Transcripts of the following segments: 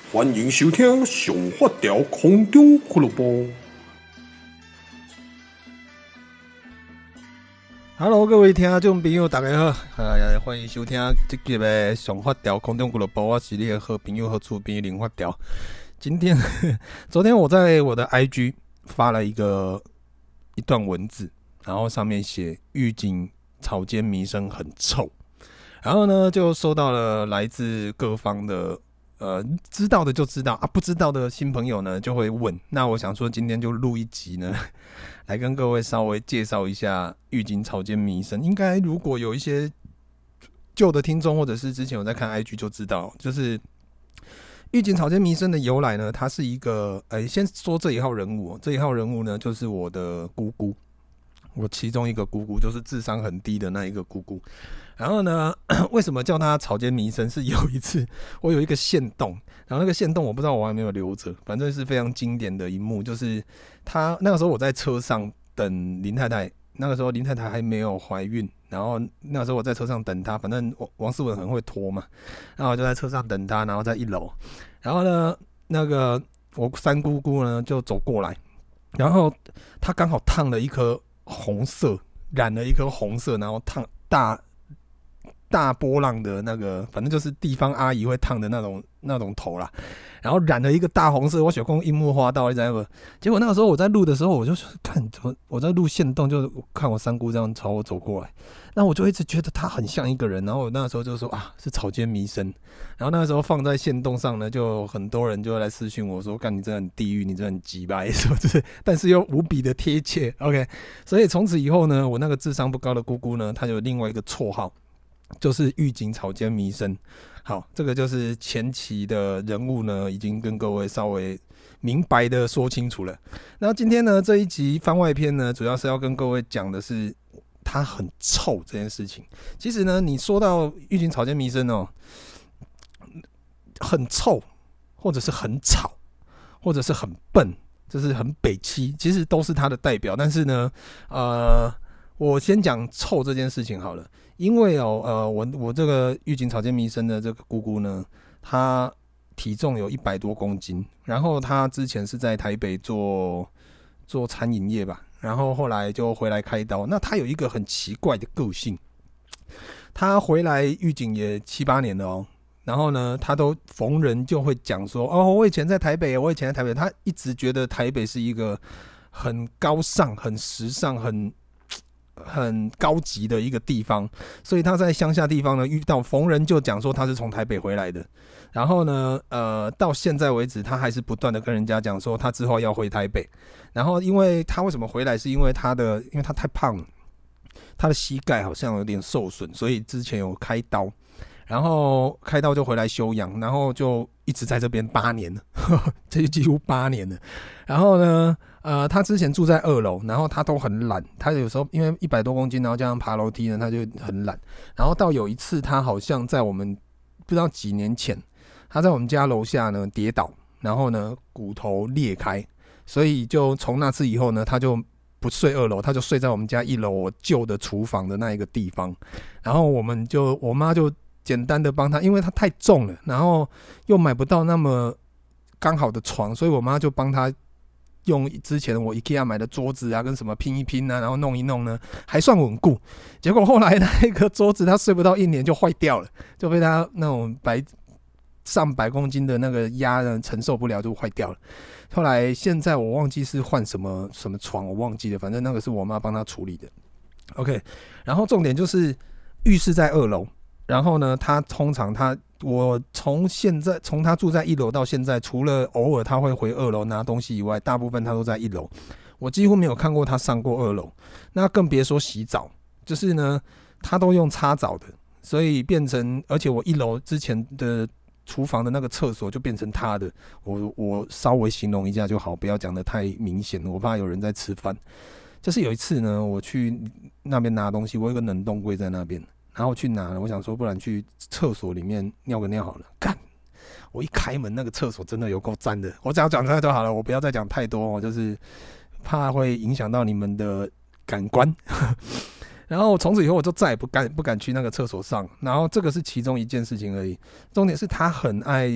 欢迎收听上发条空中俱乐部。 Hello， 各位听众朋友，大家好，欢迎收聽這集的上發條空中俱樂部，我是你的好朋友、好厝邊林發條。昨天我在我的 IG 發了一段文字，然後上面寫玉井草間彌生很臭，然後呢就收到了來自各方的知道的就知道啊，不知道的新朋友呢就會問。那我想說今天就錄一集呢，來跟各位稍微介紹一下玉井草間彌生。應該如果有一些舊的聽眾或者是之前有在看 IG 就知道，就是玉井草間彌生的由來呢，它是一個先說這一號人物，這一號人物呢就是我的姑姑，我其中一個姑姑，就是智商很低的那一個姑姑。然後呢，為什麼叫他草間彌生？是有一次我有一個限動，然後那個限動我不知道我還沒有留着，反正是非常經典的一幕，就是他那個時候我在車上等林太太，那個時候林太太還沒有懷孕，然後那個時候我在車上等她，反正王思文很會拖嘛，然後我就在車上等她，然後在1樓，然後呢，那個我三姑姑呢就走過來，然後她剛好燙了一顆紅色，染了一顆紅色，然後燙大波浪的那個，反正就是地方阿姨會燙的那種頭啦，然後染了一個大紅色，我想說櫻木花道，你知道嗎？結果那個時候我在錄的時候，我就看怎麼我在錄限動，就看我三姑這樣朝我走過來，那我就一直覺得他很像一個人，然後我那個時候就說啊，是草間彌生，然後那個時候放在限動上呢，就很多人就來私訊我說，幹你真的很地獄，你真的很雞掰，是不是？但是又無比的貼切 ，OK， 所以從此以後呢，我那個智商不高的姑姑呢，她有另外一個綽號。就是玉井草間彌生。好，這個就是前期的人物呢，已經跟各位稍微明白的說清楚了。那今天呢，這一集番外篇呢，主要是要跟各位講的是他很臭這件事情。其實呢，你說到玉井草間彌生哦，很臭，或者是很吵，或者是很笨，就是很北七，其實都是他的代表。但是呢，我先講臭這件事情好了。因為我這個玉井草間彌生的這個姑姑呢，她體重有100多公斤，然後她之前是在台北做餐飲業吧，然後後來就回來開刀。那她有一個很奇怪的個性，她回來玉井也7、8年了哦，然後呢，她都逢人就會講說，哦，我以前在台北，她一直覺得台北是一個很高尚、很時尚、很高級的一個地方，所以他在鄉下地方呢，遇到逢人就講說他是從台北回來的。然後呢，到現在為止，他還是不斷的跟人家講說他之後要回台北。然後，因為他為什麼回來，是因為他太胖了，他的膝蓋好像有點受損，所以之前有開刀，然後開刀就回來休養，然後就一直在這邊8年了，這就幾乎8年了。然後呢，他之前住在2樓，然後他都很懶，他有時候因為100多公斤，然後這樣爬樓梯呢，他就很懶。然後到有一次，他好像在我們不知道幾年前，他在我們家樓下呢跌倒，然後呢骨頭裂開，所以就從那次以後呢，他就不睡2樓，他就睡在我們家1樓我舊的廚房的那一個地方。然後我媽就簡單的幫他，因為他太重了，然後又買不到那麼剛好的床，所以我媽就幫他用之前我 IKEA 買的桌子啊，跟什麼拼一拼啊，然後弄一弄呢，還算穩固。結果後來那個桌子他睡不到1年就壞掉了，就被他那種上百公斤的那個壓呢承受不了，就壞掉了。後來現在我忘記是換什麼床，我忘記了，反正那個是我媽幫他處理的。OK， 然後重點就是浴室在2樓。然後呢，他通常我從他住在1樓到現在，除了偶爾他會回2樓拿東西以外，大部分他都在1樓。我幾乎沒有看過他上過2樓，那更別說洗澡，就是呢，他都用擦澡的，所以變成，而且我1樓之前的廚房的那個廁所就變成他的。我稍微形容一下就好，不要講得太明顯，我怕有人在吃飯。就是有一次呢，我去那邊拿東西，我有一個冷凍櫃在那邊。然後去拿了，我想說不然去廁所裡面尿個尿好了。幹，我一開門那個廁所真的有夠髒的。我只要講這個就好了，我不要再講太多，就是怕會影響到你們的感官。然後從此以後我就再也不敢去那個廁所上。然後這個是其中一件事情而已，重點是他很愛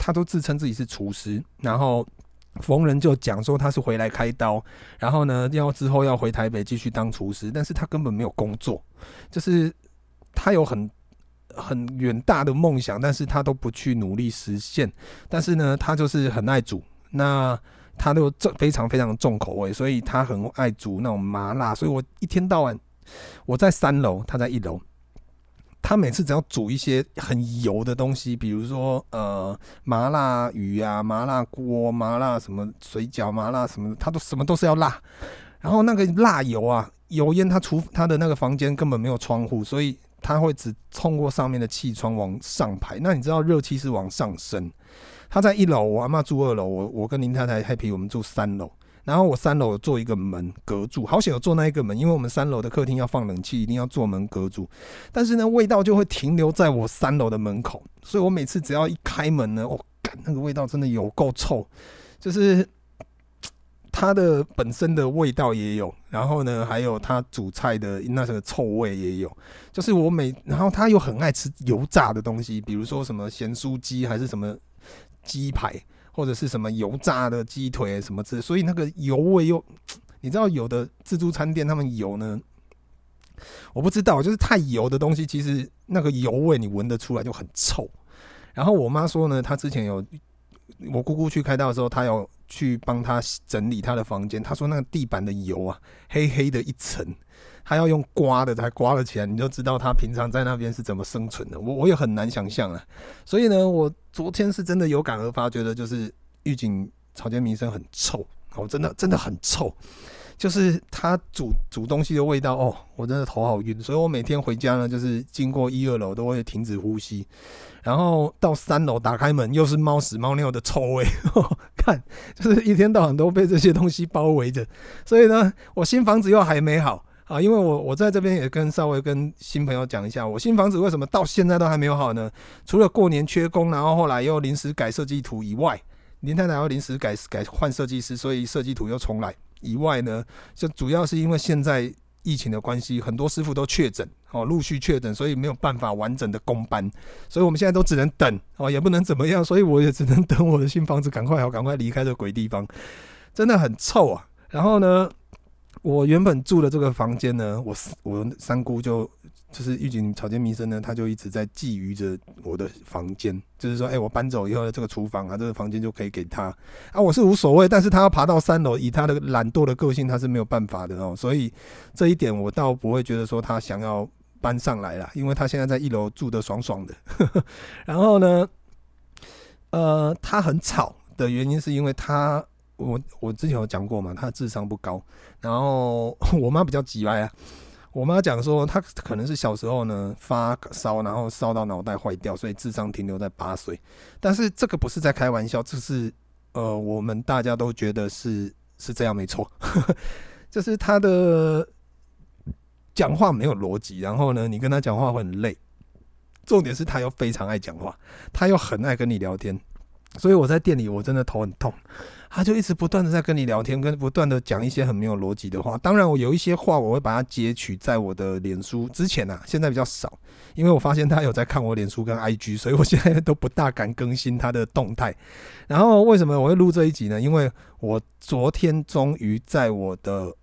他都自称自己是厨师，然后逢人就讲说他是回来开刀，然后呢之后要回台北继续当厨师，但是他根本没有工作，就是他有很远大的梦想，但是他都不去努力实现。但是呢，他就是很爱煮，那他都非常非常重口味，所以他很爱煮那种麻辣。所以我一天到晚，我在3楼，他在1楼。他每次只要煮一些很油的东西，比如说麻辣鱼啊、麻辣锅、麻辣什么水饺、麻辣什么，他都什么都是要辣。然后那个辣油啊，油烟他的那个房间根本没有窗户，所以他会只通过上面的气窗往上排。那你知道热气是往上升。他在1楼，我阿嬷住2楼，我跟林太太 happy 我们住3楼。然后我3楼有做一个门隔住，好险有做那一个门，因为我们3楼的客厅要放冷气，一定要做门隔住。但是呢，味道就会停留在我3楼的门口，所以我每次只要一开门呢，干那个味道真的有够臭，就是它的本身的味道也有，然后呢，还有它煮菜的那个臭味也有，就是然后他又很爱吃油炸的东西，比如说什么咸酥鸡还是什么鸡排。或者是什么油炸的鸡腿什么之类，所以那个油味又，你知道有的自助餐店他们油呢，我不知道，就是太油的东西，其实那个油味你闻得出来就很臭。然后我妈说呢，她之前我姑姑去开刀的时候，她有去帮她整理她的房间，她说那个地板的油啊，黑黑的一层。他要用刮的才刮了起来，你就知道他平常在那边是怎么生存的。我也很难想象啊。所以呢，我昨天是真的有感而发，觉得就是玉井草间弥生很臭，真的很臭。就是他煮东西的味道我真的头好晕。所以我每天回家呢，就是经过1、2楼都会停止呼吸，然后到3楼打开门又是猫屎猫尿的臭味，看就是一天到晚都被这些东西包围着。所以呢，我新房子又还没好。因为我在这边也稍微跟新朋友讲一下，我新房子为什么到现在都还没有好呢？除了过年缺工，然后后来又临时改设计图以外，林太太又临时改换设计师，所以设计图又重来以外呢，就主要是因为现在疫情的关系，很多师傅都确诊，陆续确诊，所以没有办法完整的工班，所以我们现在都只能等，也不能怎么样，所以我也只能等我的新房子赶快离开这鬼地方，真的很臭啊。然后呢，我原本住的这个房间呢，我三姑就是玉井草间弥生呢，他就一直在觊觎着我的房间，就是说，我搬走以后的这个厨房啊，这个房间就可以给他啊，我是无所谓，但是他要爬到3楼，以他的懒惰的个性，他是没有办法的所以这一点我倒不会觉得说他想要搬上来啦，因为他现在在1楼住得爽爽的。然后呢，他很吵的原因是因为我之前有讲过嘛，他的智商不高，然后我妈比较急掰啊。我妈讲说，她可能是小时候呢发烧，然后烧到脑袋坏掉，所以智商停留在8岁。但是这个不是在开玩笑，这是我们大家都觉得是这样没错，就是他的讲话没有逻辑，然后呢，你跟他讲话会很累。重点是他又非常爱讲话，他又很爱跟你聊天，所以我在店里我真的头很痛。他就一直不断的在跟你聊天，跟不断的讲一些很没有逻辑的话。当然，我有一些话我会把它截取在我的脸书之前啊，现在比较少，因为我发现他有在看我脸书跟 IG， 所以我现在都不大敢更新他的动态。然后为什么我会录这一集呢？因为我昨天终于在我的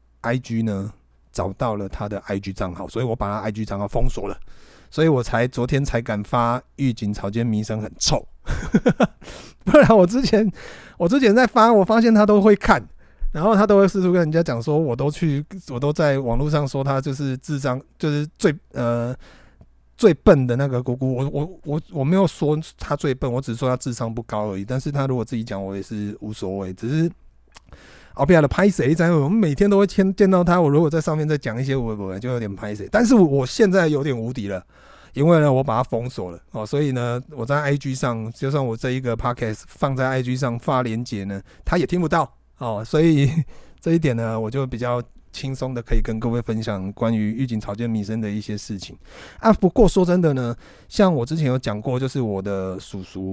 IG 呢找到了他的 IG 账号，所以我把他 IG 账号封锁了。所以我昨天才敢发玉井草间弥生很臭，不然我之前在发，我发现他都会看，然后他都会试图跟人家讲说，我都在网络上说他就是智商就是最笨的那个姑姑，我没有说他最笨，我只说他智商不高而已。但是他如果自己讲，我也是无所谓，只是后面的拍谁在，我们每天都会见到他。我如果在上面再讲一些我就有点拍谁，但是我现在有点无敌了，因为呢我把它封锁了所以呢我在 IG 上，就算我这一个 podcast 放在 IG 上发连结呢，他也听不到所以这一点呢，我就比较轻松的可以跟各位分享关于玉井草间弥生的一些事情啊。不过说真的呢，像我之前有讲过，就是我的叔叔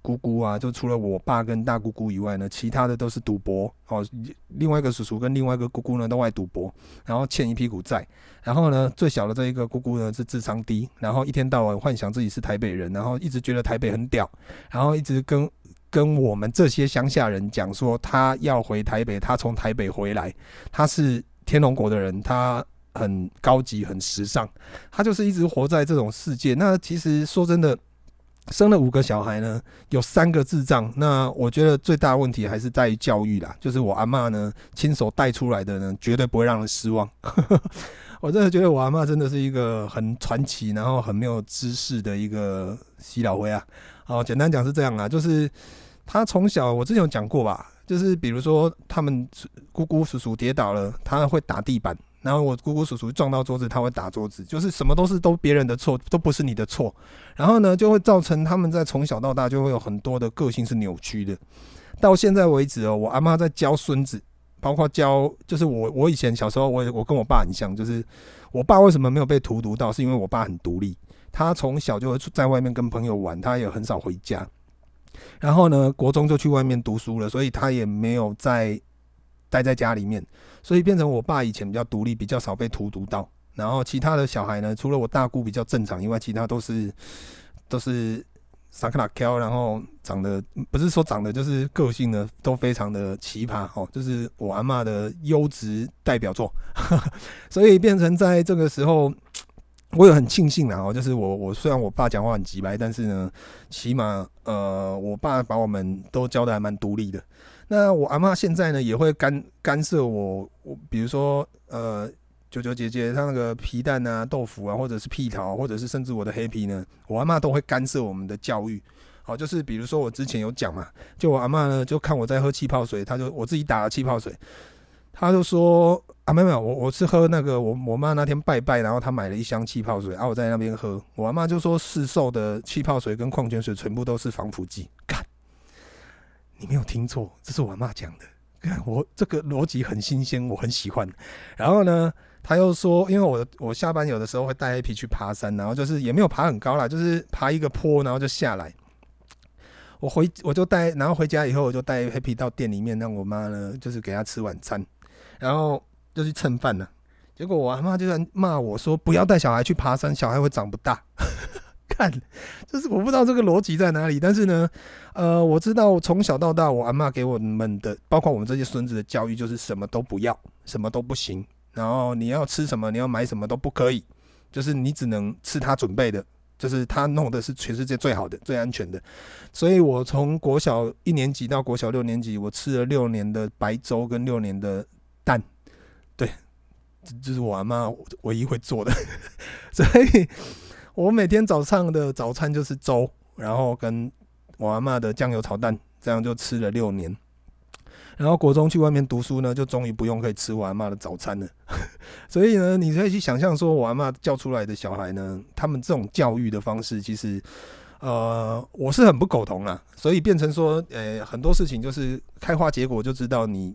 姑姑啊，就除了我爸跟大姑姑以外呢，其他的都是赌博哦。另外一个叔叔跟另外一个姑姑呢都爱赌博，然后欠一屁股债。然后呢，最小的这一个姑姑呢是智商低，然后一天到晚幻想自己是台北人，然后一直觉得台北很屌，然后一直跟我们这些乡下人讲说，他要回台北，他从台北回来，他是天龙国的人，他很高级很时尚，他就是一直活在这种世界。那其实说真的，生了5个小孩呢，有3个智障。那我觉得最大的问题还是在于教育啦，就是我阿嬷呢亲手带出来的呢，绝对不会让人失望。我真的觉得我阿嬷真的是一个很传奇，然后很没有知识的一个洗脑灰啊。简单讲是这样啦，就是他从小我之前有讲过吧，就是比如说他们姑姑叔叔跌倒了，他会打地板。然后我姑姑叔叔撞到桌子，他会打桌子，就是什么都别人的错，都不是你的错。然后呢，就会造成他们在从小到大就会有很多的个性是扭曲的。到现在为止我阿嬷在教孙子，包括教，就是我以前小时候我跟我爸很像，就是我爸为什么没有被荼毒到，是因为我爸很独立，他从小就会在外面跟朋友玩，他也很少回家。然后呢，国中就去外面读书了，所以他也没有再待在家里面，所以变成我爸以前比较独立，比较少被荼毒到。然后其他的小孩呢，除了我大姑比较正常以外，其他都是傻卡拉 Q， 然后长得不是说长得，就是个性呢都非常的奇葩就是我阿嬷的优质代表作。所以变成在这个时候，我也很庆幸啦就是我虽然我爸讲话很直白，但是呢，起码我爸把我们都教得还蛮独立的。那我阿嬷现在呢也会干涉我比如说九九姐姐她那个皮蛋啊、豆腐啊，或者是屁桃，或者是甚至我的黑皮呢，我阿嬷都会干涉我们的教育。就是比如说我之前有讲嘛，就我阿嬷呢就看我在喝气泡水，我自己打了气泡水，她就说没有，我是喝那个我妈那天拜拜，然后她买了一箱气泡水我在那边喝，我阿嬷就说市售的气泡水跟矿泉水全部都是防腐剂。干，你没有听错，这是我阿嬷讲的。我这个逻辑很新鲜，我很喜欢。然后呢，他又说，因为我下班有的时候会带黑皮去爬山，然后就是也没有爬很高啦，就是爬一个坡，然后就下来。我就带，然后回家以后我就带黑皮到店里面，让我妈呢就是给他吃晚餐，然后就去蹭饭了。结果我阿嬷就在骂我说，不要带小孩去爬山，小孩会长不大。看，就是我不知道这个逻辑在哪里，但是呢，我知道从小到大，我阿嬷给我们的，包括我们这些孙子的教育，就是什么都不要，什么都不行，然后你要吃什么，你要买什么都不可以，就是你只能吃他准备的，就是他弄的是全世界最好的、最安全的。所以我从国小1年级到国小6年级，我吃了6年的白粥跟6年的蛋，对，这是我阿嬷唯一会做的，所以。我每天早上的早餐就是粥，然后跟我阿嬷的酱油炒蛋，这样就吃了6年。然后国中去外面读书呢，就终于不用可以吃我阿嬷的早餐了。所以呢，你可以去想象说，我阿嬷教出来的小孩呢，他们这种教育的方式，其实我是很不苟同啦。所以变成说，很多事情就是开花结果就知道你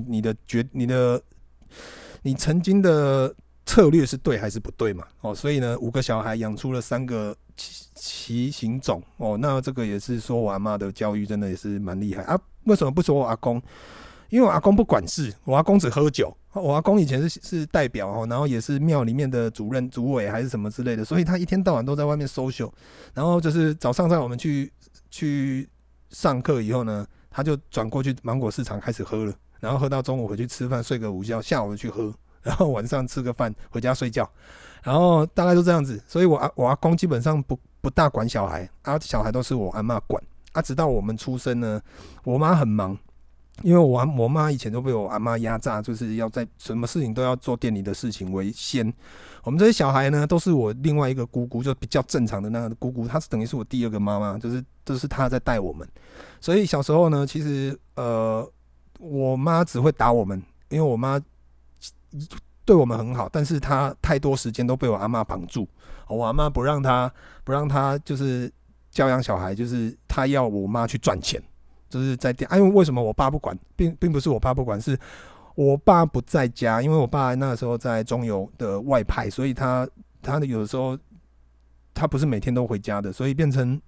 曾经的策略是对还是不对嘛？所以呢，5个小孩养出了3个奇形种那这个也是说我阿嬷的教育真的也是蛮厉害啊。为什么不说我阿公？因为我阿公不管事，我阿公只喝酒。我阿公以前是代表然后也是庙里面的主任、主委还是什么之类的，所以他一天到晚都在外面 social。然后就是早上在我们去上课以后呢，他就转过去芒果市场开始喝了，然后喝到中午回去吃饭睡个午觉，下午去喝。然后晚上吃个饭回家睡觉，然后大概就这样子。所以我阿公基本上不大管小孩小孩都是我阿嬷管直到我们出生呢，我妈很忙，因为我妈以前都被我阿嬷压榨，就是要在什么事情都要做店里的事情为先。我们这些小孩呢，都是我另外一个姑姑，就比较正常的那个姑姑，她是等于是我第2个妈妈，就是都是她在带我们。所以小时候呢，其实我妈只会打我们，因为我妈对我们很好，但是他太多时间都被我阿嬷绑住。我阿嬷不让他就是教养小孩，就是他要我妈去赚钱，就是在店。因为为什么我爸不管，并不是我爸不管，是我爸不在家，因为我爸那个时候在中油的外派，所以他有的时候他不是每天都回家的，所以变成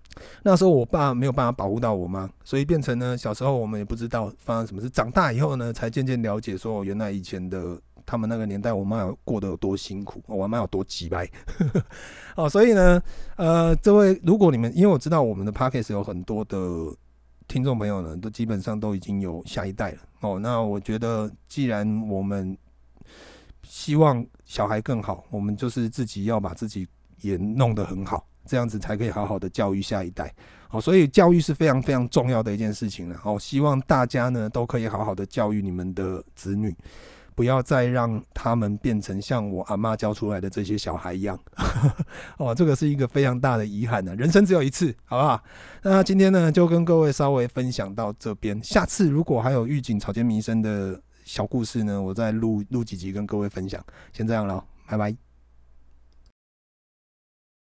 那时候我爸没有办法保护到我妈，所以变成呢，小时候我们也不知道发生什么事。长大以后呢，才渐渐了解说，原来以前的他们那个年代，我妈有过得有多辛苦，我妈有多鸡掰。所以呢，这位如果你们，因为我知道我们的 podcast 有很多的听众朋友呢，都基本上都已经有下一代了那我觉得，既然我们希望小孩更好，我们就是自己要把自己也弄得很好。这样子才可以好好的教育下一代，所以教育是非常非常重要的一件事情了。希望大家呢都可以好好的教育你们的子女，不要再让他们变成像我阿嬷教出来的这些小孩一样。这个是一个非常大的遗憾呢，人生只有一次，好不好？那今天呢就跟各位稍微分享到这边，下次如果还有狱警草间弥生的小故事呢，我再录几集跟各位分享。先这样了，拜拜。